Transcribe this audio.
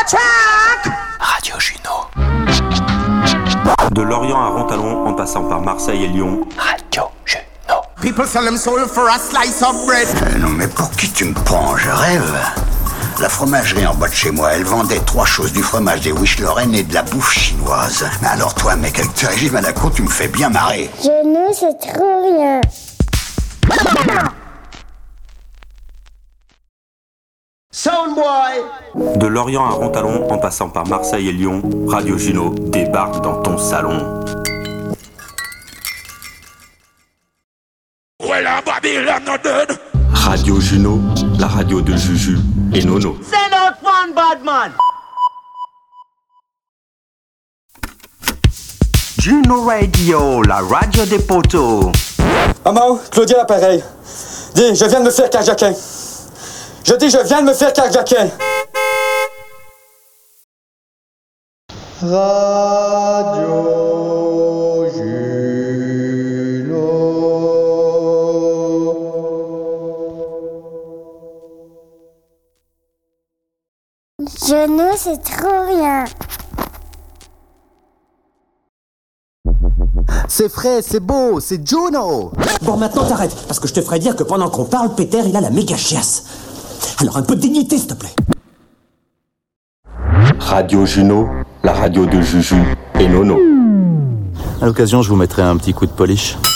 Radio Juno. De Lorient à Rontalon, en passant par Marseille et Lyon. Radio Juno. People sell them soul for a slice of bread. Non mais pour qui tu me prends? Je rêve. La fromagerie en bas de chez moi, elle vendait 3 choses, du fromage, des wish Lorraine et de la bouffe chinoise. Mais alors toi, mec, avec tes régimes à la con, tu me fais bien marrer. Juno, c'est trop bien. Soundboy. De Lorient à Rontalon, en passant par Marseille et Lyon, Radio Juno débarque dans ton salon. Radio Juno, la radio de Juju et Nono. Send out one bad man. Juno Radio, la radio des poteaux. Maman, Claudia l'appareil. Dis, je viens de me faire carjacker. Je dis, je viens de me faire carjacker. Radio Juno. Juno, c'est trop bien. C'est frais, c'est beau, c'est Juno. Bon, maintenant t'arrêtes, parce que je te ferai dire que pendant qu'on parle, Peter, il a la méga chiasse. Alors un peu de dignité, s'il te plaît. Radio Juno, la radio de Juju et Nono. À l'occasion, je vous mettrai un petit coup de polish.